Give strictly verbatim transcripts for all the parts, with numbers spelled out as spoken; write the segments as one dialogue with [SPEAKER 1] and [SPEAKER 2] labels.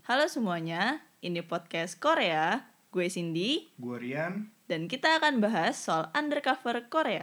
[SPEAKER 1] Halo semuanya, ini podcast Korea. Gue Cindy.
[SPEAKER 2] Gue Rian.
[SPEAKER 1] Dan kita akan bahas soal undercover Korea.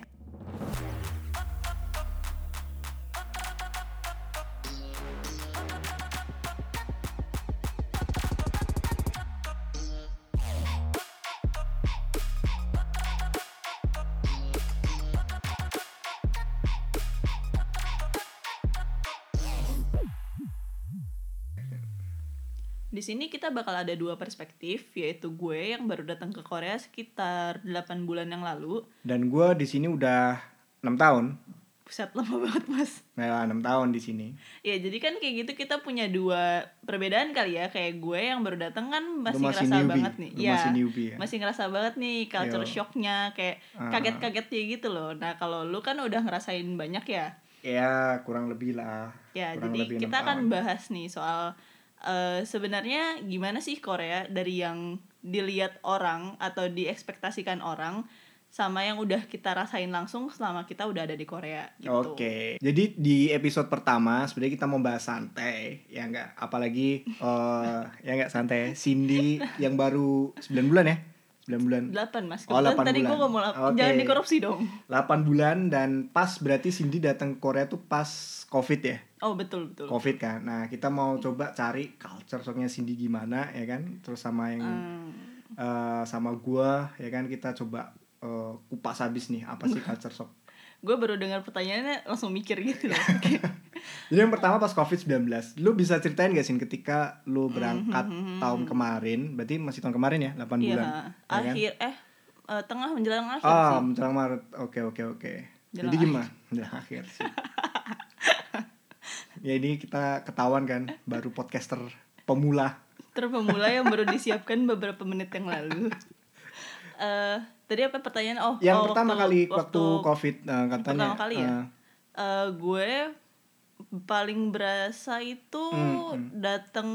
[SPEAKER 1] Di sini kita bakal ada dua perspektif, yaitu gue yang baru datang ke Korea sekitar delapan bulan yang lalu.
[SPEAKER 2] Dan gue di sini udah enam tahun.
[SPEAKER 1] Buset, lama banget mas.
[SPEAKER 2] Nah, enam tahun di sini.
[SPEAKER 1] Ya, jadi kan kayak gitu kita punya dua perbedaan kali ya. Kayak gue yang baru datang kan masih,
[SPEAKER 2] masih
[SPEAKER 1] ngerasa
[SPEAKER 2] newbie.
[SPEAKER 1] banget nih.
[SPEAKER 2] Lu
[SPEAKER 1] Ya,
[SPEAKER 2] masih newbie ya.
[SPEAKER 1] Masih ngerasa banget nih culture
[SPEAKER 2] Yo.
[SPEAKER 1] shocknya, kayak
[SPEAKER 2] Uh-huh.
[SPEAKER 1] kaget-kagetnya gitu loh. Nah, kalau lu kan udah ngerasain banyak ya.
[SPEAKER 2] Ya, kurang lebih lah.
[SPEAKER 1] Ya,
[SPEAKER 2] kurang
[SPEAKER 1] jadi
[SPEAKER 2] lebih
[SPEAKER 1] kita
[SPEAKER 2] enam
[SPEAKER 1] akan
[SPEAKER 2] tahun.
[SPEAKER 1] bahas nih soal uh, sebenarnya gimana sih Korea dari yang dilihat orang atau diekspektasikan orang sama yang udah kita rasain langsung selama kita udah ada di Korea gitu.
[SPEAKER 2] Oke. Jadi di episode pertama sebenarnya kita mau bahas santai, ya enggak? Apalagi uh, ya enggak santai. Cindy yang baru sembilan bulan ya? sembilan bulan.
[SPEAKER 1] delapan mas.
[SPEAKER 2] Oh,
[SPEAKER 1] Kebetulan
[SPEAKER 2] delapan
[SPEAKER 1] tadi
[SPEAKER 2] bulan.
[SPEAKER 1] gue ngomong delapan.
[SPEAKER 2] Oke.
[SPEAKER 1] Jangan dikorupsi dong.
[SPEAKER 2] delapan bulan dan pas berarti Cindy datang ke Korea tuh pas Covid ya?
[SPEAKER 1] Oh, betul betul.
[SPEAKER 2] Covid kan. Nah, kita mau coba cari culture shocknya Cindy gimana ya kan? Terus sama yang
[SPEAKER 1] Hmm.
[SPEAKER 2] uh, sama gua ya kan, kita coba uh, kupas habis nih apa sih culture shock.
[SPEAKER 1] Gue baru dengar pertanyaannya langsung mikir gitu loh.
[SPEAKER 2] Jadi yang pertama pas covid sembilan belas, lu bisa ceritain gak sih ketika lu berangkat
[SPEAKER 1] Mm-hmm.
[SPEAKER 2] tahun kemarin, berarti masih tahun kemarin ya, delapan
[SPEAKER 1] Iya,
[SPEAKER 2] bulan.
[SPEAKER 1] akhir
[SPEAKER 2] ya kan?
[SPEAKER 1] eh uh, tengah menjelang akhir
[SPEAKER 2] Oh,
[SPEAKER 1] sih.
[SPEAKER 2] menjelang Maret. Oke, oke, oke.
[SPEAKER 1] Menjelang
[SPEAKER 2] Jadi gimana? Menjelang akhir sih. Ya ini kita ketahuan kan, baru podcaster pemula.
[SPEAKER 1] Terpemula yang baru disiapkan beberapa menit yang lalu. Uh, tadi apa pertanyaan? Oh,
[SPEAKER 2] Yang
[SPEAKER 1] oh,
[SPEAKER 2] pertama
[SPEAKER 1] waktu,
[SPEAKER 2] kali
[SPEAKER 1] waktu,
[SPEAKER 2] waktu Covid uh, katanya.
[SPEAKER 1] Pertama kali ya.
[SPEAKER 2] Uh,
[SPEAKER 1] uh, gue paling berasa itu
[SPEAKER 2] hmm, hmm.
[SPEAKER 1] datang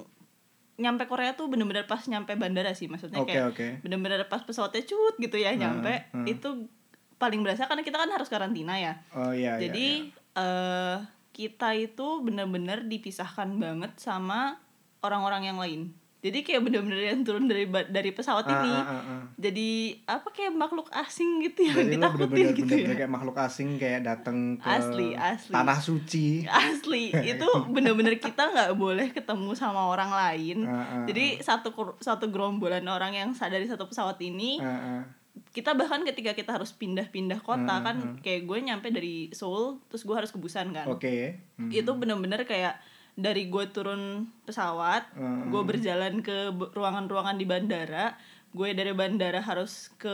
[SPEAKER 1] nyampe Korea tuh bener-bener pas nyampe bandara sih, maksudnya
[SPEAKER 2] okay,
[SPEAKER 1] kayak
[SPEAKER 2] okay.
[SPEAKER 1] bener-bener pas pesawatnya cut gitu ya nyampe.
[SPEAKER 2] Uh, uh.
[SPEAKER 1] Itu paling berasa karena kita kan harus karantina ya.
[SPEAKER 2] Oh iya.
[SPEAKER 1] Jadi
[SPEAKER 2] iya, iya.
[SPEAKER 1] Uh, kita itu bener-bener dipisahkan banget sama orang-orang yang lain. Jadi kayak bener-bener yang turun dari dari pesawat
[SPEAKER 2] ah,
[SPEAKER 1] ini.
[SPEAKER 2] Ah, ah, ah.
[SPEAKER 1] Jadi apa kayak makhluk asing gitu ya,
[SPEAKER 2] berarti
[SPEAKER 1] ditakutin
[SPEAKER 2] bener-bener,
[SPEAKER 1] gitu
[SPEAKER 2] bener-bener
[SPEAKER 1] ya.
[SPEAKER 2] kayak makhluk asing, kayak datang ke
[SPEAKER 1] Asli, asli.
[SPEAKER 2] tanah suci.
[SPEAKER 1] Asli, itu bener-bener kita nggak boleh ketemu sama orang lain.
[SPEAKER 2] Ah, ah,
[SPEAKER 1] Jadi satu satu gerombolan orang yang dari satu pesawat ini.
[SPEAKER 2] Ah, ah.
[SPEAKER 1] Kita bahkan ketika kita harus pindah-pindah kota
[SPEAKER 2] Ah,
[SPEAKER 1] kan,
[SPEAKER 2] ah.
[SPEAKER 1] kayak gue nyampe dari Seoul, terus gue harus ke Busan kan.
[SPEAKER 2] Oke. Okay. Hmm.
[SPEAKER 1] Itu bener-bener kayak dari gue turun pesawat,
[SPEAKER 2] uh,
[SPEAKER 1] gue berjalan ke ruangan-ruangan di bandara, gue dari bandara harus ke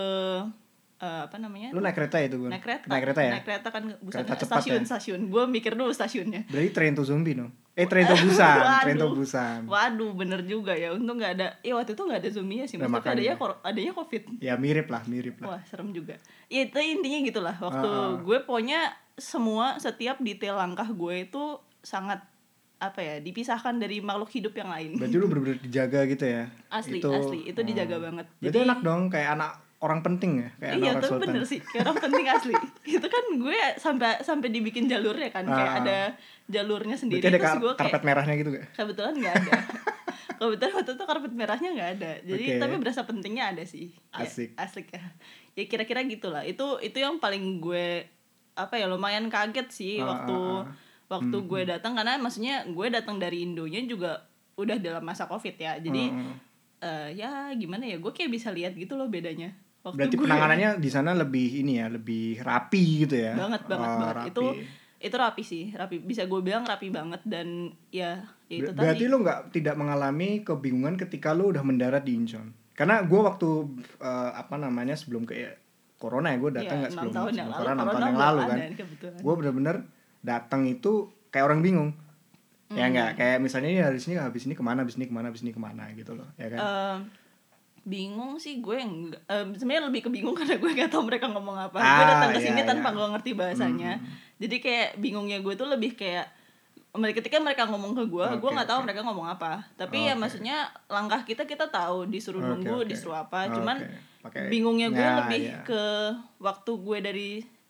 [SPEAKER 1] uh, apa namanya?
[SPEAKER 2] Lu naik kereta itu gue.
[SPEAKER 1] Naik kereta.
[SPEAKER 2] Naik kereta ya?
[SPEAKER 1] Naik kereta kan Busan,
[SPEAKER 2] kereta cepat
[SPEAKER 1] stasiun
[SPEAKER 2] ya?
[SPEAKER 1] stasiun. Gue mikir dulu stasiunnya.
[SPEAKER 2] Berarti Train to Zombie no? Eh Train to Busan, Train to Busan.
[SPEAKER 1] Waduh, bener juga ya. Untung nggak ada. Eh waktu itu nggak ada zombie sih. Maksudnya nah, adanya adanya Covid.
[SPEAKER 2] Ya mirip lah, mirip lah.
[SPEAKER 1] Wah serem juga. Ya itu intinya gitulah. Waktu
[SPEAKER 2] uh, uh.
[SPEAKER 1] gue pokoknya semua setiap detail langkah gue itu sangat apa ya, dipisahkan dari makhluk hidup yang lain.
[SPEAKER 2] Berarti lu bener-bener dijaga gitu ya?
[SPEAKER 1] Asli,
[SPEAKER 2] itu,
[SPEAKER 1] asli. Itu dijaga uh, banget.
[SPEAKER 2] Berarti jadi, enak dong, kayak anak orang penting ya? Kayak
[SPEAKER 1] iya,
[SPEAKER 2] anak
[SPEAKER 1] tapi bener sih, kayak orang penting asli. Itu kan gue sampai sampai dibikin jalurnya kan, uh, kayak ada jalurnya sendiri.
[SPEAKER 2] Berarti ada
[SPEAKER 1] terus
[SPEAKER 2] ka-
[SPEAKER 1] gue
[SPEAKER 2] karpet
[SPEAKER 1] kayak,
[SPEAKER 2] merahnya gitu gak?
[SPEAKER 1] Kebetulan gak ada. Kebetulan waktu itu karpet merahnya gak ada. Jadi okay. Tapi berasa pentingnya ada sih.
[SPEAKER 2] Asik.
[SPEAKER 1] Ya, asik ya. Ya kira-kira gitulah. Itu itu yang paling gue apa ya, lumayan kaget sih uh, waktu uh, uh. waktu hmm. gue datang, karena maksudnya gue datang dari Indonya juga udah dalam masa Covid ya. Jadi uh. Uh, ya gimana ya, gue kayak bisa lihat gitu loh bedanya. Waktu
[SPEAKER 2] berarti
[SPEAKER 1] gue,
[SPEAKER 2] penanganannya di sana lebih ini ya, lebih rapi gitu ya.
[SPEAKER 1] Banget banget
[SPEAKER 2] oh,
[SPEAKER 1] banget.
[SPEAKER 2] Rapi.
[SPEAKER 1] Itu itu rapi sih, rapi. Bisa gue bilang rapi banget. Dan ya, ya itu
[SPEAKER 2] Ber- berarti
[SPEAKER 1] tadi.
[SPEAKER 2] lu nggak tidak mengalami kebingungan ketika lu udah mendarat di Incheon. Karena gue waktu uh, apa namanya sebelum ke Corona ya, gue datang nggak ya, sebelum,
[SPEAKER 1] tahun
[SPEAKER 2] sebelum
[SPEAKER 1] yang
[SPEAKER 2] Corona,
[SPEAKER 1] lalu,
[SPEAKER 2] enam tahun yang lalu kan. Gue bener-bener datang itu kayak orang bingung. Hmm. Ya enggak, kayak misalnya ini habis ini habis ini kemana, habis ini kemana, habis ini kemana gitu loh, ya kan?
[SPEAKER 1] Uh, bingung sih gue enggak. Uh, sebenarnya lebih kebingung karena gue nggak tahu mereka ngomong apa.
[SPEAKER 2] Ah,
[SPEAKER 1] gue datang ke sini
[SPEAKER 2] iya,
[SPEAKER 1] tanpa
[SPEAKER 2] iya.
[SPEAKER 1] gue ngerti bahasanya. Hmm. Jadi kayak bingungnya gue tuh lebih kayak ketika mereka ngomong ke gue, okay, gue nggak tahu okay. mereka ngomong apa. Tapi okay. ya maksudnya langkah kita kita tahu disuruh okay, nunggu, okay. disuruh apa. Cuman okay. bingungnya gue ya, lebih ya. ke waktu gue dari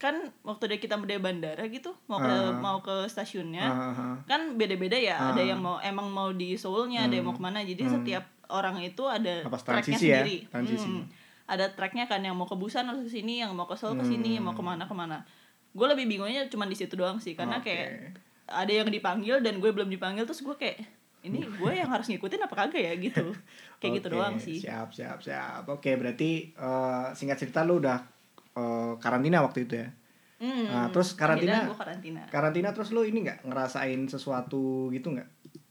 [SPEAKER 1] kan waktu dari kita dari bandara gitu mau ke
[SPEAKER 2] Uh.
[SPEAKER 1] mau ke stasiunnya
[SPEAKER 2] Uh.
[SPEAKER 1] kan beda-beda ya.
[SPEAKER 2] Uh.
[SPEAKER 1] Ada yang mau emang mau di Seoulnya,
[SPEAKER 2] Hmm.
[SPEAKER 1] ada yang mau kemana. Jadi
[SPEAKER 2] Hmm.
[SPEAKER 1] setiap orang itu ada
[SPEAKER 2] Apa,
[SPEAKER 1] tracknya
[SPEAKER 2] transisi ya?
[SPEAKER 1] sendiri.
[SPEAKER 2] Transisi.
[SPEAKER 1] Hmm. Ada tracknya kan yang mau ke Busan harus ke sini, yang mau ke Seoul ke sini,
[SPEAKER 2] Hmm.
[SPEAKER 1] mau kemana kemana. Gue lebih bingungnya cuma di situ doang sih karena
[SPEAKER 2] Oke.
[SPEAKER 1] kayak ada yang dipanggil dan gue belum dipanggil, terus gue kayak ini gue yang harus ngikutin apa kagak ya gitu. Kayak
[SPEAKER 2] Oke,
[SPEAKER 1] gitu doang sih.
[SPEAKER 2] Siap, siap, siap. Oke, berarti uh, singkat cerita lu udah uh, karantina waktu itu ya.
[SPEAKER 1] Hmm.
[SPEAKER 2] Nah, terus karantina.
[SPEAKER 1] Akhirnya gue karantina.
[SPEAKER 2] Karantina terus lu ini nggak ngerasain sesuatu gitu nggak?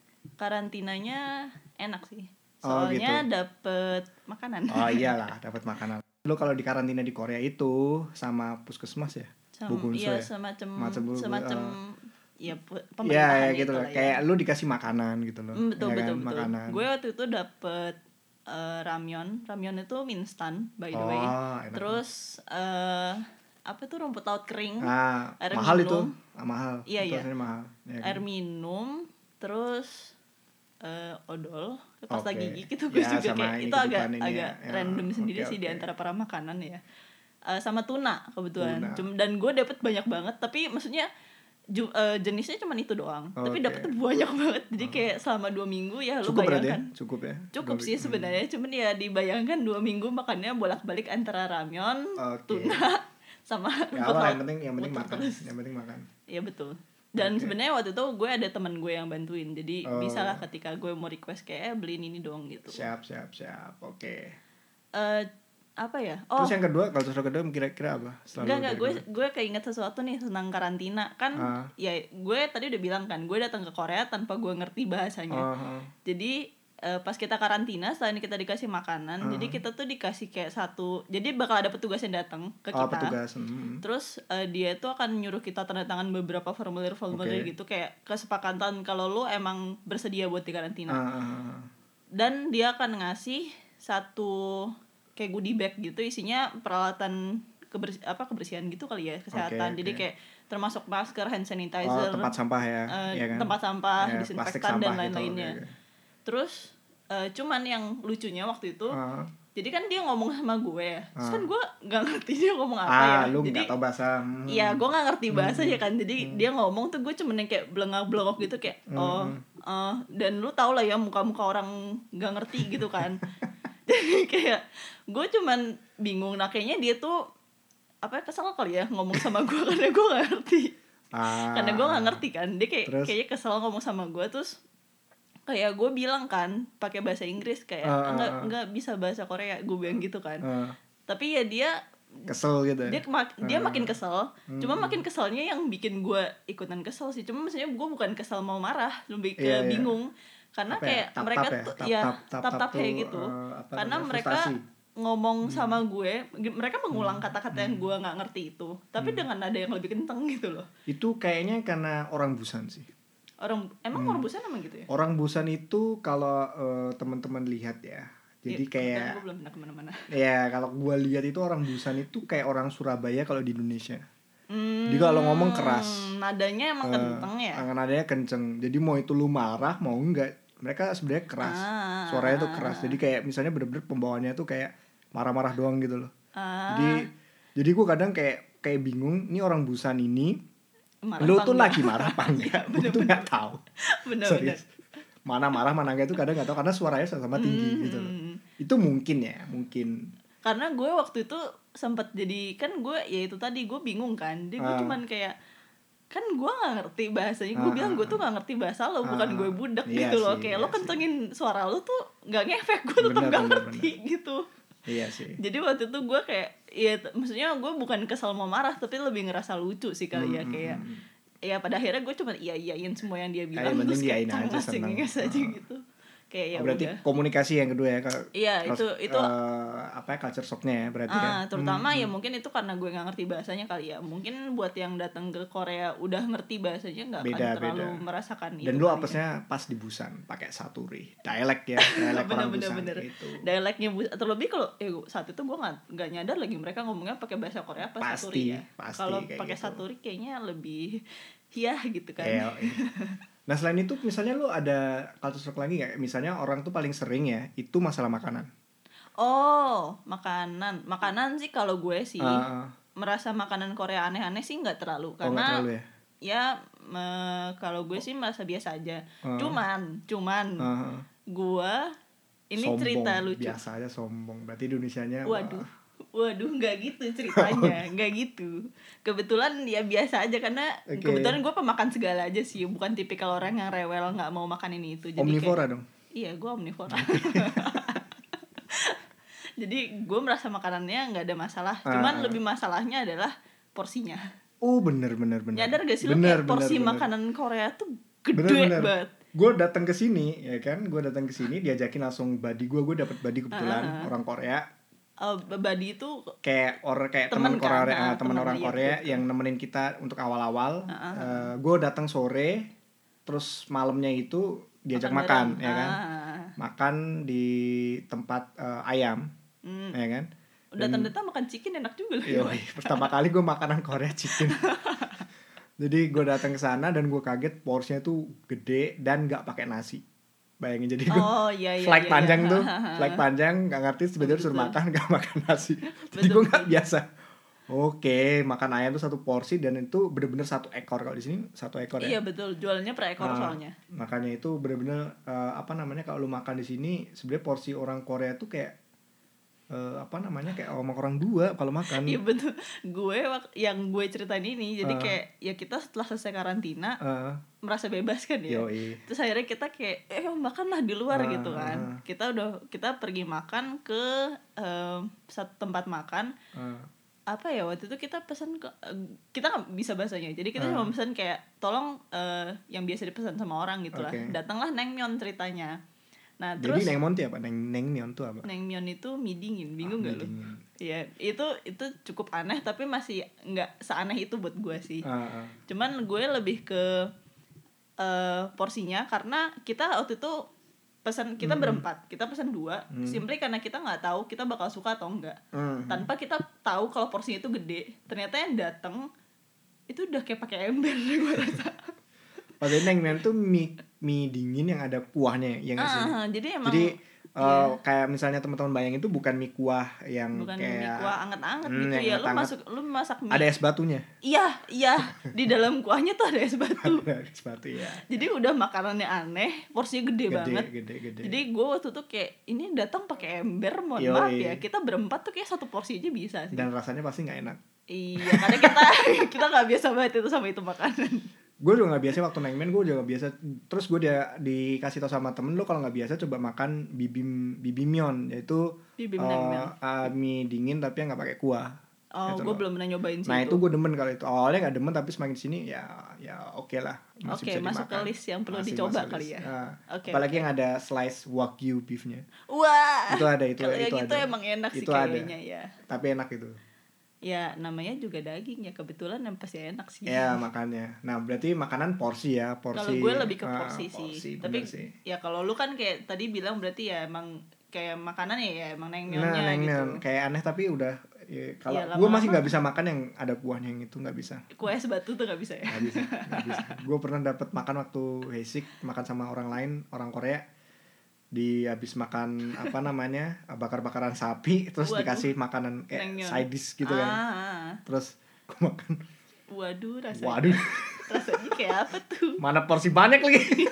[SPEAKER 1] Karantinanya enak sih.
[SPEAKER 2] Oh,
[SPEAKER 1] Soalnya
[SPEAKER 2] gitu.
[SPEAKER 1] dapet makanan.
[SPEAKER 2] Oh iyalah, dapat makanan. Lu kalau di karantina di Korea itu sama puskesmas ya?
[SPEAKER 1] Sem-
[SPEAKER 2] Bukunsu
[SPEAKER 1] iya,
[SPEAKER 2] ya?
[SPEAKER 1] semacam
[SPEAKER 2] Macam bu-
[SPEAKER 1] semacam
[SPEAKER 2] uh,
[SPEAKER 1] ya pe-
[SPEAKER 2] Iya,
[SPEAKER 1] pemerintahan
[SPEAKER 2] ya,
[SPEAKER 1] itu
[SPEAKER 2] gitu
[SPEAKER 1] lah
[SPEAKER 2] loh.
[SPEAKER 1] ya.
[SPEAKER 2] Kayak lu dikasih makanan gitu loh.
[SPEAKER 1] Mm, betul
[SPEAKER 2] ya
[SPEAKER 1] betul
[SPEAKER 2] kan?
[SPEAKER 1] betul.
[SPEAKER 2] Makanan.
[SPEAKER 1] Gue waktu itu dapet uh, ramyeon. Ramyeon itu mie instan by the way.
[SPEAKER 2] Oh, enak.
[SPEAKER 1] Terus uh, apa tuh rumput laut kering.
[SPEAKER 2] Ah,
[SPEAKER 1] air
[SPEAKER 2] mahal
[SPEAKER 1] minum.
[SPEAKER 2] itu. Ah, mahal.
[SPEAKER 1] Iya,
[SPEAKER 2] itu
[SPEAKER 1] iya.
[SPEAKER 2] mahal. Ya, kan?
[SPEAKER 1] Air minum, terus uh, odol, pasta
[SPEAKER 2] Oke.
[SPEAKER 1] gigi gitu. Gue
[SPEAKER 2] Ya,
[SPEAKER 1] juga
[SPEAKER 2] sama
[SPEAKER 1] kayak
[SPEAKER 2] ini
[SPEAKER 1] itu agak
[SPEAKER 2] kebutuhan ini
[SPEAKER 1] agak
[SPEAKER 2] ya. Ya,
[SPEAKER 1] random sendiri
[SPEAKER 2] oke,
[SPEAKER 1] sih di
[SPEAKER 2] oke.
[SPEAKER 1] antara para makanan ya. Uh, sama tuna kebetulan.
[SPEAKER 2] Tuna.
[SPEAKER 1] Cuma dan gue dapet banyak banget, tapi maksudnya ju, uh, jenisnya cuma itu doang.
[SPEAKER 2] Oke.
[SPEAKER 1] Tapi dapetnya banyak banget. Jadi kayak selama dua minggu ya lu
[SPEAKER 2] Cukup berarti ya?
[SPEAKER 1] bayangkan.
[SPEAKER 2] Cukup ya?
[SPEAKER 1] Cukup
[SPEAKER 2] Dua-
[SPEAKER 1] sih
[SPEAKER 2] hmm.
[SPEAKER 1] sebenarnya, cuman ya dibayangkan dua minggu makannya bolak-balik antara ramyeon,
[SPEAKER 2] Oke.
[SPEAKER 1] tuna, sama
[SPEAKER 2] Ya
[SPEAKER 1] rumput
[SPEAKER 2] apa,
[SPEAKER 1] laut.
[SPEAKER 2] yang penting yang penting
[SPEAKER 1] Muter
[SPEAKER 2] makan.
[SPEAKER 1] terus.
[SPEAKER 2] Yang penting makan.
[SPEAKER 1] Iya betul. Dan
[SPEAKER 2] Oke.
[SPEAKER 1] sebenarnya waktu itu gue ada teman gue yang bantuin, jadi
[SPEAKER 2] Oh.
[SPEAKER 1] bisa lah ketika gue mau request kayak eh, beliin ini dong gitu.
[SPEAKER 2] Siap, siap, siap. Oke.
[SPEAKER 1] Eh apa ya? Oh,
[SPEAKER 2] Terus yang kedua, kalau kedua kira-kira apa? Selalu
[SPEAKER 1] enggak enggak
[SPEAKER 2] dari
[SPEAKER 1] gue
[SPEAKER 2] kedua.
[SPEAKER 1] gue keinget sesuatu nih tentang karantina kan.
[SPEAKER 2] Ah.
[SPEAKER 1] Ya gue tadi udah bilang kan, gue datang ke Korea tanpa gue ngerti bahasanya.
[SPEAKER 2] Oh, oh.
[SPEAKER 1] Jadi uh, pas kita karantina, selain kita dikasih makanan,
[SPEAKER 2] Uh.
[SPEAKER 1] jadi kita tuh dikasih kayak satu, jadi bakal ada petugas yang datang ke kita.
[SPEAKER 2] Oh, petugas. Hmm.
[SPEAKER 1] Terus uh, dia tuh akan nyuruh kita tanda tangan beberapa formulir-formulir
[SPEAKER 2] Oke.
[SPEAKER 1] gitu, kayak kesepakatan kalau lu emang bersedia buat di karantina.
[SPEAKER 2] Ah, ah, ah.
[SPEAKER 1] Dan dia akan ngasih satu kayak goodie bag gitu, isinya peralatan kebersi- apa kebersihan gitu kali ya, kesehatan.
[SPEAKER 2] Oke,
[SPEAKER 1] Jadi
[SPEAKER 2] oke.
[SPEAKER 1] kayak termasuk masker, hand
[SPEAKER 2] Oh,
[SPEAKER 1] sanitizer,
[SPEAKER 2] tempat sampah ya,
[SPEAKER 1] uh,
[SPEAKER 2] ya kan?
[SPEAKER 1] tempat sampah,
[SPEAKER 2] Ya,
[SPEAKER 1] disinfektan
[SPEAKER 2] plastik
[SPEAKER 1] dan
[SPEAKER 2] sampah gitu,
[SPEAKER 1] lain-lainnya.
[SPEAKER 2] oke, oke.
[SPEAKER 1] Terus uh, cuman yang lucunya waktu itu,
[SPEAKER 2] Ah.
[SPEAKER 1] jadi kan dia ngomong sama gue ya, terus
[SPEAKER 2] Ah.
[SPEAKER 1] kan gue nggak ngerti dia ngomong apa
[SPEAKER 2] Ah,
[SPEAKER 1] ya.
[SPEAKER 2] lu
[SPEAKER 1] Jadi
[SPEAKER 2] nggak tahu bahasa. Hmm.
[SPEAKER 1] iya, gue nggak ngerti bahasanya kan. Jadi
[SPEAKER 2] Hmm.
[SPEAKER 1] dia ngomong tuh gue cuman yang kayak belengak-belengok gitu kayak oh,
[SPEAKER 2] Hmm.
[SPEAKER 1] uh, dan lu tau lah ya muka-muka orang nggak ngerti gitu kan. Jadi kayak gue cuman bingung. Nah kayaknya dia tuh apa ya, kesel kali ya ngomong sama gue karena gue nggak ngerti.
[SPEAKER 2] Ah.
[SPEAKER 1] Karena gue nggak ngerti kan. Dia kayak
[SPEAKER 2] Terus?
[SPEAKER 1] kayaknya kesel ngomong sama gue, terus kayak gue bilang kan pakai bahasa Inggris kayak
[SPEAKER 2] Ah,
[SPEAKER 1] enggak
[SPEAKER 2] ah, ah.
[SPEAKER 1] enggak bisa bahasa Korea, gue bilang gitu kan.
[SPEAKER 2] Ah.
[SPEAKER 1] Tapi ya dia
[SPEAKER 2] Kesel gitu ya.
[SPEAKER 1] dia mak- dia
[SPEAKER 2] Ah.
[SPEAKER 1] makin kesel.
[SPEAKER 2] Hmm.
[SPEAKER 1] Cuma makin keselnya yang bikin gue ikutan kesel sih. Cuma maksudnya gue bukan kesel mau marah, lebih ke
[SPEAKER 2] Iya, iya.
[SPEAKER 1] bingung. Karena
[SPEAKER 2] Apa ya?
[SPEAKER 1] kayak
[SPEAKER 2] Tap-tap
[SPEAKER 1] mereka
[SPEAKER 2] ya?
[SPEAKER 1] tuh
[SPEAKER 2] Tap-tap,
[SPEAKER 1] ya
[SPEAKER 2] tap-tap
[SPEAKER 1] tap-tap
[SPEAKER 2] tuh,
[SPEAKER 1] kayak gitu.
[SPEAKER 2] eh, apa
[SPEAKER 1] Karena
[SPEAKER 2] namanya,
[SPEAKER 1] mereka
[SPEAKER 2] frustasi.
[SPEAKER 1] ngomong sama gue, g- mereka mengulang
[SPEAKER 2] Hmm.
[SPEAKER 1] kata-kata yang gue nggak ngerti itu, tapi dengan nada yang lebih kenceng gitu loh.
[SPEAKER 2] Itu kayaknya karena orang Busan sih.
[SPEAKER 1] Orang emang
[SPEAKER 2] Hmm.
[SPEAKER 1] orang Busan emang gitu ya?
[SPEAKER 2] Orang Busan itu kalau eh, teman-teman lihat ya. Jadi
[SPEAKER 1] Ya,
[SPEAKER 2] kayak
[SPEAKER 1] kan gue belum pernah kemana-mana.
[SPEAKER 2] ya kalau gua lihat itu orang Busan itu kayak orang Surabaya kalau di Indonesia.
[SPEAKER 1] Hmm,
[SPEAKER 2] Jadi kalau ngomong keras.
[SPEAKER 1] nadanya emang
[SPEAKER 2] Eh,
[SPEAKER 1] kenceng ya?
[SPEAKER 2] nadanya kenceng. Jadi mau itu lu marah mau enggak, mereka sebenarnya keras.
[SPEAKER 1] Ah.
[SPEAKER 2] Suaranya tuh keras. Jadi kayak misalnya bener-bener pembawaannya tuh kayak marah-marah doang gitu loh.
[SPEAKER 1] Ah,
[SPEAKER 2] Jadi jadi gua kadang kayak kayak bingung, ini orang Busan ini
[SPEAKER 1] marah
[SPEAKER 2] lu
[SPEAKER 1] apa
[SPEAKER 2] tuh
[SPEAKER 1] enggak?
[SPEAKER 2] lagi marah apa enggak? Gua tuh enggak tahu.
[SPEAKER 1] Bener-bener.
[SPEAKER 2] Serius. Mana marah mana enggak itu kadang enggak tahu karena suaranya sama-sama tinggi
[SPEAKER 1] Hmm,
[SPEAKER 2] gitu loh.
[SPEAKER 1] hmm.
[SPEAKER 2] Itu mungkin ya, mungkin.
[SPEAKER 1] Karena gue waktu itu sempat jadi kan gue ya itu tadi gue bingung kan, jadi gue
[SPEAKER 2] Ah.
[SPEAKER 1] cuman kayak kan gue nggak ngerti bahasanya, gue
[SPEAKER 2] Ah,
[SPEAKER 1] bilang
[SPEAKER 2] ah,
[SPEAKER 1] gue tuh nggak ngerti bahasa lo, bukan
[SPEAKER 2] Ah,
[SPEAKER 1] gue budak
[SPEAKER 2] iya
[SPEAKER 1] gitu loh,
[SPEAKER 2] sih,
[SPEAKER 1] kayak
[SPEAKER 2] iya
[SPEAKER 1] lo kencengin suara lo tuh nggak ngefek, gue tetap
[SPEAKER 2] Bener,
[SPEAKER 1] nggak
[SPEAKER 2] bener,
[SPEAKER 1] ngerti gitu.
[SPEAKER 2] Iya sih.
[SPEAKER 1] Jadi waktu itu gue kayak ya t- maksudnya gue bukan kesel mau marah, tapi lebih ngerasa lucu sih kali ya,
[SPEAKER 2] Hmm,
[SPEAKER 1] kayak
[SPEAKER 2] hmm, hmm.
[SPEAKER 1] ya pada akhirnya gue cuma iya iyain semua yang dia
[SPEAKER 2] Ah,
[SPEAKER 1] bilang,
[SPEAKER 2] yang penting
[SPEAKER 1] terus kayak
[SPEAKER 2] iyain aja,
[SPEAKER 1] cengas
[SPEAKER 2] seneng.
[SPEAKER 1] cengas aja
[SPEAKER 2] Ah.
[SPEAKER 1] gitu, kayak ya
[SPEAKER 2] Oh, berarti
[SPEAKER 1] udah.
[SPEAKER 2] komunikasi yang kedua ya kalau
[SPEAKER 1] Iya,
[SPEAKER 2] kalau,
[SPEAKER 1] itu- itu-
[SPEAKER 2] eh, apa ya culture shocknya ya berarti ya.
[SPEAKER 1] Ah, terutama
[SPEAKER 2] Hmm,
[SPEAKER 1] ya
[SPEAKER 2] hmm.
[SPEAKER 1] mungkin itu karena gue nggak ngerti bahasanya kali ya. Mungkin buat yang datang ke Korea udah ngerti bahasanya nggak akan
[SPEAKER 2] Beda,
[SPEAKER 1] terlalu
[SPEAKER 2] beda.
[SPEAKER 1] merasakan itu.
[SPEAKER 2] Dan lu
[SPEAKER 1] kali ya.
[SPEAKER 2] apesnya pas di Busan pakai saturi, dialek ya, dialek
[SPEAKER 1] Bener,
[SPEAKER 2] orang
[SPEAKER 1] bener,
[SPEAKER 2] Busan
[SPEAKER 1] bener.
[SPEAKER 2] itu.
[SPEAKER 1] Dialeknya bu- terlebih kalau eh gua- saat itu gue nggak nggak nyadar lagi mereka ngomongnya pakai bahasa Korea apa
[SPEAKER 2] Pasti,
[SPEAKER 1] saturi ya.
[SPEAKER 2] pasti
[SPEAKER 1] Kalau
[SPEAKER 2] kayak
[SPEAKER 1] pakai
[SPEAKER 2] gitu.
[SPEAKER 1] saturi kayaknya lebih ya gitu kan.
[SPEAKER 2] Iya, iya. Nah selain itu misalnya lu ada culture shock lagi nggak? Misalnya orang tuh paling sering ya itu masalah makanan.
[SPEAKER 1] Oh, makanan. Makanan sih kalau gue sih
[SPEAKER 2] Ah,
[SPEAKER 1] merasa makanan Korea aneh-aneh sih nggak terlalu,
[SPEAKER 2] Oh,
[SPEAKER 1] karena
[SPEAKER 2] nggak terlalu ya.
[SPEAKER 1] ya me- kalau gue sih merasa biasa aja.
[SPEAKER 2] Uh.
[SPEAKER 1] Cuman, cuman
[SPEAKER 2] Uh,
[SPEAKER 1] gue ini
[SPEAKER 2] sombong,
[SPEAKER 1] cerita lucu.
[SPEAKER 2] biasa aja sombong. Berarti Indonesianya
[SPEAKER 1] Waduh,
[SPEAKER 2] wah.
[SPEAKER 1] waduh, nggak gitu ceritanya, nggak gitu. Kebetulan ya biasa aja, karena
[SPEAKER 2] Okay.
[SPEAKER 1] kebetulan gue pemakan segala aja sih, bukan tipikal orang yang rewel nggak mau makan ini itu. Jadi
[SPEAKER 2] Omnivora
[SPEAKER 1] kayak,
[SPEAKER 2] dong.
[SPEAKER 1] iya, gue omnivora. Jadi gue merasa makanannya nggak ada masalah. Cuman
[SPEAKER 2] Uh.
[SPEAKER 1] lebih masalahnya adalah porsinya.
[SPEAKER 2] Oh bener bener bener.
[SPEAKER 1] Nyadar gak sih lu
[SPEAKER 2] bener,
[SPEAKER 1] kayak porsi
[SPEAKER 2] bener,
[SPEAKER 1] makanan
[SPEAKER 2] bener.
[SPEAKER 1] Korea tuh gede
[SPEAKER 2] bener, bener.
[SPEAKER 1] banget.
[SPEAKER 2] Gue datang ke sini ya kan, gue datang ke sini diajakin langsung buddy gue, gue dapet buddy kebetulan
[SPEAKER 1] Uh-huh.
[SPEAKER 2] orang Korea.
[SPEAKER 1] Uh, buddy itu
[SPEAKER 2] Kayak orang kayak teman
[SPEAKER 1] temen
[SPEAKER 2] Korea,
[SPEAKER 1] kan?
[SPEAKER 2] uh, teman
[SPEAKER 1] Temen,
[SPEAKER 2] orang
[SPEAKER 1] iya,
[SPEAKER 2] Korea
[SPEAKER 1] betul, betul.
[SPEAKER 2] yang nemenin kita untuk awal-awal.
[SPEAKER 1] Uh-huh.
[SPEAKER 2] Uh, gue datang sore, terus malamnya itu diajak
[SPEAKER 1] makan,
[SPEAKER 2] makan, ya kan,
[SPEAKER 1] ah.
[SPEAKER 2] makan di tempat uh, ayam,
[SPEAKER 1] hmm.
[SPEAKER 2] ya kan.
[SPEAKER 1] Datang-datang makan chicken enak juga loh.
[SPEAKER 2] Yoi, pertama kali gue makanan Korea chicken. Jadi gue datang ke sana dan gue kaget porsinya tuh gede dan nggak pakai nasi. Bayangin, jadi gue
[SPEAKER 1] oh, iya, iya,
[SPEAKER 2] flight
[SPEAKER 1] iya,
[SPEAKER 2] panjang
[SPEAKER 1] iya.
[SPEAKER 2] tuh, flight panjang nggak ngerti sebenarnya disuruh makan nggak makan nasi. Jadi
[SPEAKER 1] Betul,
[SPEAKER 2] gue nggak biasa. Oke, makan ayam tuh satu porsi dan itu bener-bener satu ekor. Kalau di sini satu ekor ya.
[SPEAKER 1] Iya betul, jualnya per ekor
[SPEAKER 2] Nah,
[SPEAKER 1] soalnya.
[SPEAKER 2] Makanya itu bener-bener uh, apa namanya, kalau lu makan di sini sebenarnya porsi orang Korea tuh kayak uh, apa namanya kayak sama orang dua kalau makan.
[SPEAKER 1] Iya betul. Gue yang gue ceritain ini, jadi
[SPEAKER 2] Uh.
[SPEAKER 1] kayak ya kita setelah selesai karantina
[SPEAKER 2] Uh.
[SPEAKER 1] merasa bebas kan ya.
[SPEAKER 2] Yoi.
[SPEAKER 1] Terus akhirnya kita kayak eh makanlah di luar
[SPEAKER 2] Uh,
[SPEAKER 1] gitu kan.
[SPEAKER 2] uh.
[SPEAKER 1] Kita udah kita pergi makan ke um, satu tempat makan.
[SPEAKER 2] Uh.
[SPEAKER 1] Apa ya waktu itu kita pesan ke uh, kita nggak bisa bahasanya. Jadi kita
[SPEAKER 2] Uh.
[SPEAKER 1] cuma pesan kayak tolong uh, yang biasa dipesan sama orang gitu
[SPEAKER 2] Okay.
[SPEAKER 1] lah. Datanglah naengmyeon ceritanya. Nah,
[SPEAKER 2] Jadi
[SPEAKER 1] terus
[SPEAKER 2] naengmyeon itu apa? Neng naengmyeon itu apa?
[SPEAKER 1] naengmyeon itu mie dingin, bingung
[SPEAKER 2] Ah,
[SPEAKER 1] nggak
[SPEAKER 2] mie
[SPEAKER 1] lu?
[SPEAKER 2] dingin.
[SPEAKER 1] Iya, itu itu cukup aneh tapi masih nggak seaneh itu buat gue sih.
[SPEAKER 2] Uh, uh.
[SPEAKER 1] Cuman gue lebih ke uh, porsinya, karena kita waktu itu pesan kita
[SPEAKER 2] Mm-hmm.
[SPEAKER 1] berempat, kita pesan dua,
[SPEAKER 2] Mm.
[SPEAKER 1] simply karena kita nggak tahu kita bakal suka atau enggak.
[SPEAKER 2] Mm.
[SPEAKER 1] Tanpa kita tahu kalau porsinya itu gede, ternyata yang datang itu udah kayak pakai ember gue rasa.
[SPEAKER 2] Padahal naengmyeon tuh mie mie dingin yang ada kuahnya, ya nggak sih?
[SPEAKER 1] Ah, jadi emang
[SPEAKER 2] Jadi uh,
[SPEAKER 1] iya.
[SPEAKER 2] kayak misalnya teman-teman bayangin itu bukan mie kuah yang
[SPEAKER 1] bukan
[SPEAKER 2] kayak
[SPEAKER 1] mie kuah anget-anget
[SPEAKER 2] Hmm,
[SPEAKER 1] gitu
[SPEAKER 2] yang
[SPEAKER 1] ya, lu
[SPEAKER 2] anget-anget.
[SPEAKER 1] masuk lu masak mie.
[SPEAKER 2] Ada es batunya.
[SPEAKER 1] Iya, iya, di dalam kuahnya tuh ada es batu.
[SPEAKER 2] Ada es batu ya.
[SPEAKER 1] Jadi udah makanannya aneh, porsinya gede,
[SPEAKER 2] Gede,
[SPEAKER 1] banget.
[SPEAKER 2] gede, gede.
[SPEAKER 1] Jadi gue waktu itu kayak ini datang pakai ember, mohon
[SPEAKER 2] Yoi.
[SPEAKER 1] maaf ya, kita berempat tuh kayak satu porsi aja bisa sih.
[SPEAKER 2] Dan rasanya pasti nggak enak.
[SPEAKER 1] Iya, karena kita kita nggak biasa banget itu sama itu makanan.
[SPEAKER 2] Gue juga nggak biasa waktu naengmyeon, gue juga nggak biasa. Terus gue dia dikasih tau sama temen, lo kalau nggak biasa coba makan bibim bibimyeon, yaitu
[SPEAKER 1] Bibim
[SPEAKER 2] uh,
[SPEAKER 1] naengmyeon.
[SPEAKER 2] uh, mie dingin tapi nggak pakai kuah.
[SPEAKER 1] Oh,
[SPEAKER 2] Gitu
[SPEAKER 1] gue
[SPEAKER 2] loh.
[SPEAKER 1] belum pernah nyobain sih
[SPEAKER 2] Nah
[SPEAKER 1] itu.
[SPEAKER 2] itu gue demen kalau itu. Awalnya nggak demen tapi semakin sini ya ya oke okay lah. Masih
[SPEAKER 1] Oke,
[SPEAKER 2] bisa
[SPEAKER 1] masuk
[SPEAKER 2] dimakan.
[SPEAKER 1] ke list yang perlu
[SPEAKER 2] Masih
[SPEAKER 1] dicoba
[SPEAKER 2] masuk
[SPEAKER 1] kali
[SPEAKER 2] list.
[SPEAKER 1] ya.
[SPEAKER 2] Nah,
[SPEAKER 1] Oke,
[SPEAKER 2] apalagi
[SPEAKER 1] oke.
[SPEAKER 2] yang ada slice wagyu beefnya.
[SPEAKER 1] Wah,
[SPEAKER 2] Itu ada, itu
[SPEAKER 1] kalau
[SPEAKER 2] itu
[SPEAKER 1] yang itu
[SPEAKER 2] ada.
[SPEAKER 1] emang enak sih
[SPEAKER 2] Itu ada.
[SPEAKER 1] kayaknya ya.
[SPEAKER 2] Tapi enak itu.
[SPEAKER 1] Ya namanya juga daging ya, kebetulan yang pasti enak sih.
[SPEAKER 2] Ya makanya. Nah berarti makanan porsi ya, porsi.
[SPEAKER 1] Kalau gue lebih ke
[SPEAKER 2] ah,
[SPEAKER 1] porsi sih.
[SPEAKER 2] porsi,
[SPEAKER 1] Tapi
[SPEAKER 2] bener sih.
[SPEAKER 1] ya kalau lu kan kayak tadi bilang berarti ya emang kayak makanan ya, ya emang
[SPEAKER 2] Nah,
[SPEAKER 1] naengmyeonnya
[SPEAKER 2] naengmyeon
[SPEAKER 1] gitu.
[SPEAKER 2] kayak aneh tapi udah ya, kalau
[SPEAKER 1] Iya,
[SPEAKER 2] gue
[SPEAKER 1] lama-lama-
[SPEAKER 2] masih nggak bisa makan yang ada kuahnya, yang itu nggak bisa.
[SPEAKER 1] Kue es batu tuh gak bisa ya.
[SPEAKER 2] Nggak bisa, nggak bisa. Gue pernah dapet makan waktu Heisik, makan sama orang lain, orang Korea. Di habis makan apa namanya bakar-bakaran sapi, terus
[SPEAKER 1] Waduh.
[SPEAKER 2] dikasih makanan kayak
[SPEAKER 1] Naengmyeon.
[SPEAKER 2] side dish gitu kan.
[SPEAKER 1] Ah,
[SPEAKER 2] Terus gue makan,
[SPEAKER 1] waduh rasanya.
[SPEAKER 2] waduh,
[SPEAKER 1] Rasanya kayak apa tuh?
[SPEAKER 2] mana porsi banyak lagi.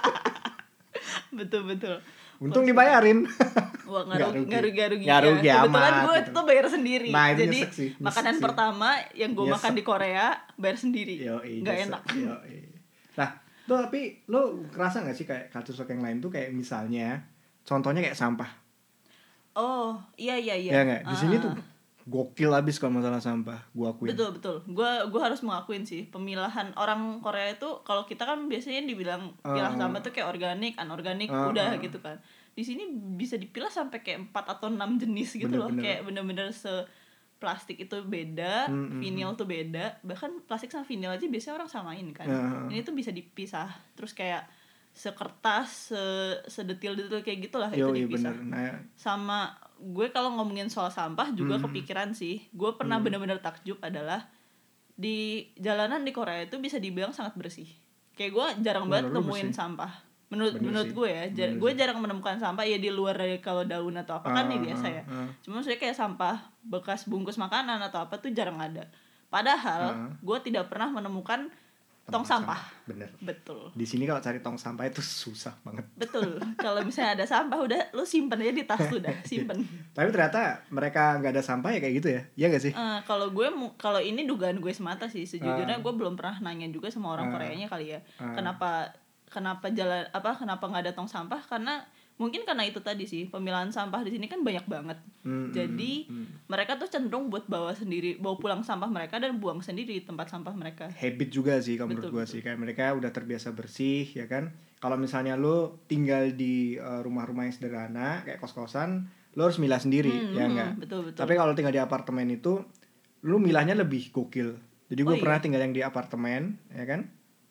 [SPEAKER 1] Betul betul.
[SPEAKER 2] Untung
[SPEAKER 1] Porsi.
[SPEAKER 2] dibayarin.
[SPEAKER 1] Wah,
[SPEAKER 2] Nggak
[SPEAKER 1] ngaruh
[SPEAKER 2] rugi.
[SPEAKER 1] ngaruh ngaruh
[SPEAKER 2] Nggak rugi
[SPEAKER 1] Kebetulan
[SPEAKER 2] amat,
[SPEAKER 1] gue
[SPEAKER 2] gitu.
[SPEAKER 1] tuh bayar sendiri.
[SPEAKER 2] Nah, itu
[SPEAKER 1] Jadi
[SPEAKER 2] nyesek sih, nyesek
[SPEAKER 1] makanan
[SPEAKER 2] sih.
[SPEAKER 1] pertama yang gue
[SPEAKER 2] Nyesek.
[SPEAKER 1] makan di Korea bayar sendiri.
[SPEAKER 2] Yoi,
[SPEAKER 1] Nggak
[SPEAKER 2] nyesek.
[SPEAKER 1] enak.
[SPEAKER 2] Yoi. Nah, tuh tapi lo kerasa nggak sih kayak culture shock yang lain tuh kayak misalnya, contohnya kayak sampah.
[SPEAKER 1] Oh iya iya iya.
[SPEAKER 2] Ya nggak? Di sini
[SPEAKER 1] Ah.
[SPEAKER 2] tuh gokil abis kalau masalah sampah. Gua akuin.
[SPEAKER 1] Betul betul. Gue gue harus mengakuin sih pemilahan orang Korea itu, kalau kita kan biasanya dibilang pilah
[SPEAKER 2] Ah.
[SPEAKER 1] sampah tuh kayak organik, anorganik,
[SPEAKER 2] Ah,
[SPEAKER 1] udah
[SPEAKER 2] ah.
[SPEAKER 1] gitu kan. Di sini bisa dipilah sampai kayak empat atau enam jenis gitu loh.
[SPEAKER 2] Bener-bener.
[SPEAKER 1] Kayak bener-bener se plastik itu beda,
[SPEAKER 2] Hmm, hmm,
[SPEAKER 1] vinil tuh beda, bahkan plastik sama vinil aja biasanya orang samain kan.
[SPEAKER 2] Ah.
[SPEAKER 1] Ini tuh bisa dipisah. Terus kayak sekertas, se sedetil-detil kayak gitulah itu
[SPEAKER 2] Yo, iya
[SPEAKER 1] dipisah.
[SPEAKER 2] bener. Nah,
[SPEAKER 1] Sama gue kalau ngomongin soal sampah juga
[SPEAKER 2] Hmm.
[SPEAKER 1] kepikiran sih. Gue pernah
[SPEAKER 2] Hmm.
[SPEAKER 1] benar-benar takjub adalah di jalanan di Korea itu bisa dibilang sangat bersih. Kayak gue jarang banget
[SPEAKER 2] Menurut lu
[SPEAKER 1] nemuin
[SPEAKER 2] bersih?
[SPEAKER 1] sampah. menurut
[SPEAKER 2] Bener
[SPEAKER 1] menurut
[SPEAKER 2] sih.
[SPEAKER 1] gue ya jar-
[SPEAKER 2] Bener
[SPEAKER 1] gue
[SPEAKER 2] sih.
[SPEAKER 1] jarang menemukan sampah ya di luar dari kalau daun atau apa kan
[SPEAKER 2] Ah,
[SPEAKER 1] nih biasa
[SPEAKER 2] ah,
[SPEAKER 1] ya
[SPEAKER 2] ah.
[SPEAKER 1] cuma maksudnya kayak sampah bekas bungkus makanan atau apa tuh jarang ada padahal
[SPEAKER 2] Ah.
[SPEAKER 1] gue tidak pernah menemukan tong
[SPEAKER 2] Tempat
[SPEAKER 1] sampah.
[SPEAKER 2] Bener.
[SPEAKER 1] Betul.
[SPEAKER 2] Di sini kalau cari tong sampah itu susah banget.
[SPEAKER 1] Betul. Kalau misalnya ada sampah udah lu simpen aja di tas lu dah, simpen.
[SPEAKER 2] Tapi ternyata mereka nggak ada sampah ya kayak gitu ya? Iya nggak sih?
[SPEAKER 1] Uh, kalau gue kalau ini dugaan gue semata sih sejujurnya
[SPEAKER 2] Uh.
[SPEAKER 1] gue belum pernah nanya juga sama orang
[SPEAKER 2] Uh.
[SPEAKER 1] Koreanya kali ya.
[SPEAKER 2] Uh.
[SPEAKER 1] Kenapa kenapa jalan apa kenapa nggak ada tong sampah karena mungkin karena itu tadi sih pemilahan sampah di sini kan banyak banget.
[SPEAKER 2] Mm,
[SPEAKER 1] Jadi
[SPEAKER 2] mm, mm.
[SPEAKER 1] mereka tuh cenderung buat bawa sendiri, bawa pulang sampah mereka dan buang sendiri di tempat sampah mereka.
[SPEAKER 2] Habit juga sih kalau menurut gue sih, kayak mereka udah terbiasa bersih ya kan. Kalau misalnya lo tinggal di uh, rumah-rumah yang sederhana kayak kos-kosan, lo harus milah sendiri
[SPEAKER 1] hmm,
[SPEAKER 2] ya
[SPEAKER 1] hmm,
[SPEAKER 2] enggak.
[SPEAKER 1] Betul, betul.
[SPEAKER 2] Tapi kalau tinggal di apartemen itu, lo milahnya lebih gokil. Jadi gue
[SPEAKER 1] Oh,
[SPEAKER 2] pernah
[SPEAKER 1] iya?
[SPEAKER 2] tinggal yang di apartemen ya kan.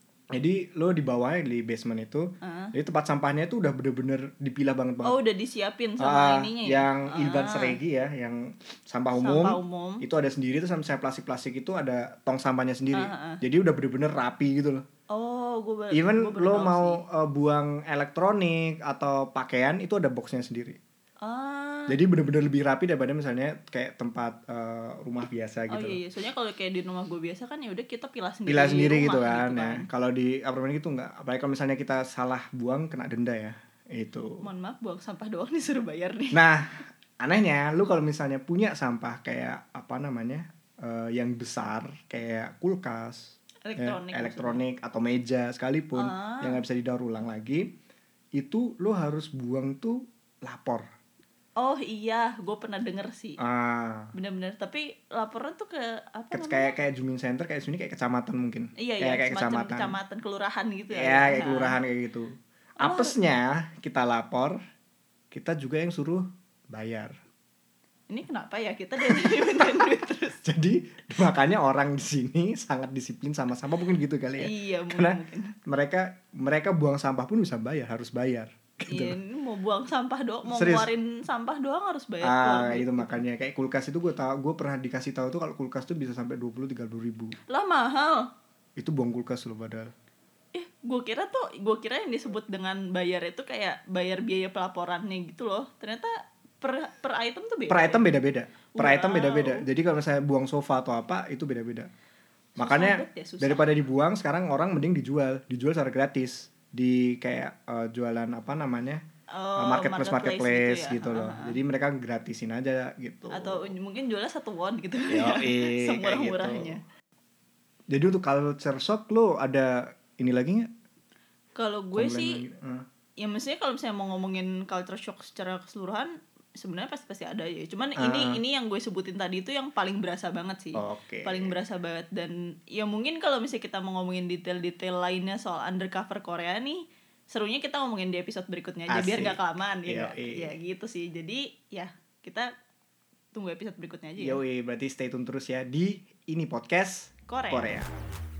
[SPEAKER 2] Jadi lo di bawahnya di basement itu,
[SPEAKER 1] uh.
[SPEAKER 2] jadi tempat sampahnya itu udah bener-bener dipilah banget banget.
[SPEAKER 1] Oh udah disiapin sama
[SPEAKER 2] ah,
[SPEAKER 1] ininya ya?
[SPEAKER 2] Yang
[SPEAKER 1] Ah.
[SPEAKER 2] Ilban Seregi ya, yang sampah umum,
[SPEAKER 1] Sampah umum.
[SPEAKER 2] itu ada sendiri tuh sama misalnya plastik-plastik itu ada tong sampahnya sendiri.
[SPEAKER 1] Ah, ah.
[SPEAKER 2] Jadi udah bener-bener rapi gitu loh.
[SPEAKER 1] Oh, gue ber-
[SPEAKER 2] Even
[SPEAKER 1] gue baru
[SPEAKER 2] lo
[SPEAKER 1] tahu
[SPEAKER 2] mau
[SPEAKER 1] sih.
[SPEAKER 2] uh, buang elektronik atau pakaian itu ada boxnya sendiri.
[SPEAKER 1] Ah.
[SPEAKER 2] Jadi bener-bener lebih rapi daripada misalnya kayak tempat uh, rumah biasa
[SPEAKER 1] Oh
[SPEAKER 2] gitu.
[SPEAKER 1] iya, iya. Soalnya kalau kayak di rumah gue biasa kan ya udah kita pilah sendiri.
[SPEAKER 2] Pilah sendiri
[SPEAKER 1] di rumah,
[SPEAKER 2] gitu kan.
[SPEAKER 1] gitu
[SPEAKER 2] Nah, kalau di apartemen gitu enggak. Apalagi kalau misalnya kita salah buang kena denda ya. Itu.
[SPEAKER 1] Mohon maaf, buang sampah doang disuruh bayar nih.
[SPEAKER 2] Nah, anehnya lu kalau misalnya punya sampah kayak apa namanya? Uh, yang besar kayak kulkas,
[SPEAKER 1] Elektronik,
[SPEAKER 2] ya, elektronik atau meja sekalipun
[SPEAKER 1] Ah.
[SPEAKER 2] yang nggak bisa didaur ulang lagi, itu lo harus buang tuh lapor.
[SPEAKER 1] Oh iya, gue pernah denger sih.
[SPEAKER 2] Ah.
[SPEAKER 1] Bener-bener, tapi laporan tuh ke apa
[SPEAKER 2] Ke,
[SPEAKER 1] namanya?
[SPEAKER 2] kayak kayak Jumin Center kayak sini kayak kecamatan mungkin.
[SPEAKER 1] Iya,
[SPEAKER 2] kayak
[SPEAKER 1] iya,
[SPEAKER 2] kayak
[SPEAKER 1] semacam
[SPEAKER 2] kecamatan.
[SPEAKER 1] kecamatan, kelurahan gitu ya.
[SPEAKER 2] Ya, kayak kelurahan kayak gitu.
[SPEAKER 1] Oh.
[SPEAKER 2] Apesnya kita lapor, kita juga yang suruh bayar.
[SPEAKER 1] Ini kenapa ya kita dari mintain duit terus?
[SPEAKER 2] Jadi makanya orang di sini sangat disiplin sama sampah mungkin gitu kali ya.
[SPEAKER 1] Iya,
[SPEAKER 2] Karena
[SPEAKER 1] mungkin.
[SPEAKER 2] mereka mereka buang sampah pun bisa bayar, harus bayar. Gitu.
[SPEAKER 1] Iya, ini mau buang sampah doang, mau
[SPEAKER 2] Serius?
[SPEAKER 1] ngeluarin sampah doang harus bayar.
[SPEAKER 2] Ah,
[SPEAKER 1] keluar
[SPEAKER 2] itu
[SPEAKER 1] duit.
[SPEAKER 2] makanya kayak kulkas itu gue tau, gue pernah dikasih tahu tuh kalau kulkas tuh bisa sampai dua puluh sampai tiga puluh ribu.
[SPEAKER 1] Lah mahal.
[SPEAKER 2] Itu buang kulkas loh padahal.
[SPEAKER 1] Eh, gue kira tuh, gue kira yang disebut dengan bayar itu kayak bayar biaya pelaporannya gitu loh. Ternyata per per item tuh beda.
[SPEAKER 2] Per item beda-beda. Per
[SPEAKER 1] Wow.
[SPEAKER 2] item beda-beda. Jadi kalau misalnya buang sofa atau apa itu beda-beda.
[SPEAKER 1] Susah
[SPEAKER 2] Makanya
[SPEAKER 1] banget ya, susah.
[SPEAKER 2] daripada dibuang sekarang orang mending dijual, dijual secara gratis di kayak uh, jualan apa namanya?
[SPEAKER 1] Oh,
[SPEAKER 2] marketplace marketplace gitu,
[SPEAKER 1] gitu, ya.
[SPEAKER 2] loh.
[SPEAKER 1] Uh-huh.
[SPEAKER 2] Jadi mereka gratisin aja gitu.
[SPEAKER 1] Atau mungkin jualnya satu won gitu.
[SPEAKER 2] Yoi,
[SPEAKER 1] semurah-murahnya.
[SPEAKER 2] Gitu. Jadi untuk culture shock lo ada ini lagi nggak?
[SPEAKER 1] Kalau gue
[SPEAKER 2] Komplain
[SPEAKER 1] sih
[SPEAKER 2] lagi? Uh.
[SPEAKER 1] ya mestinya kalau misalnya mau ngomongin culture shock secara keseluruhan sebenarnya pasti pasti ada ya. Cuman
[SPEAKER 2] Uh.
[SPEAKER 1] ini ini yang gue sebutin tadi itu yang paling berasa banget sih.
[SPEAKER 2] Oke.
[SPEAKER 1] Paling berasa banget dan ya mungkin kalau misalnya kita mau ngomongin detail-detail lainnya soal undercover Korea nih serunya kita ngomongin di episode berikutnya aja.
[SPEAKER 2] Asik.
[SPEAKER 1] Biar gak kelamaan ya,
[SPEAKER 2] Yoi.
[SPEAKER 1] ya gitu sih. Jadi ya kita tunggu episode berikutnya aja ya.
[SPEAKER 2] Yoi, berarti stay tune terus ya di ini podcast
[SPEAKER 1] Korea.
[SPEAKER 2] Korea.